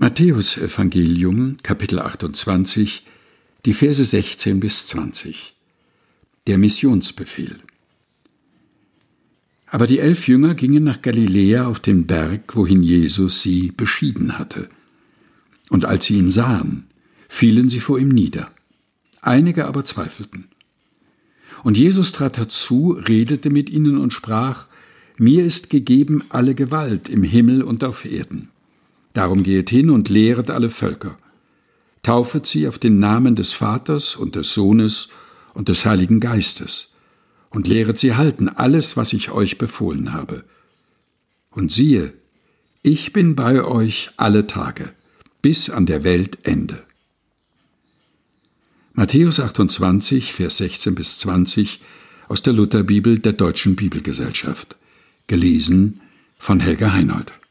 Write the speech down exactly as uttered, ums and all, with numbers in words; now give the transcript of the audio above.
Matthäusevangelium, Kapitel achtundzwanzig, die Verse sechzehn bis zwanzig. Der Missionsbefehl. Aber die elf Jünger gingen nach Galiläa auf den Berg, wohin Jesus sie beschieden hatte. Und als sie ihn sahen, fielen sie vor ihm nieder. Einige aber zweifelten. Und Jesus trat herzu, redete mit ihnen und sprach: Mir ist gegeben alle Gewalt im Himmel und auf Erden. Darum gehet hin und lehret alle Völker. Taufet sie auf den Namen des Vaters und des Sohnes und des Heiligen Geistes und lehret sie halten alles, was ich euch befohlen habe. Und siehe, ich bin bei euch alle Tage, bis an der Weltende. Matthäus achtundzwanzig, Vers sechzehn bis zwanzig aus der Lutherbibel der Deutschen Bibelgesellschaft. Gelesen von Helga Heinold.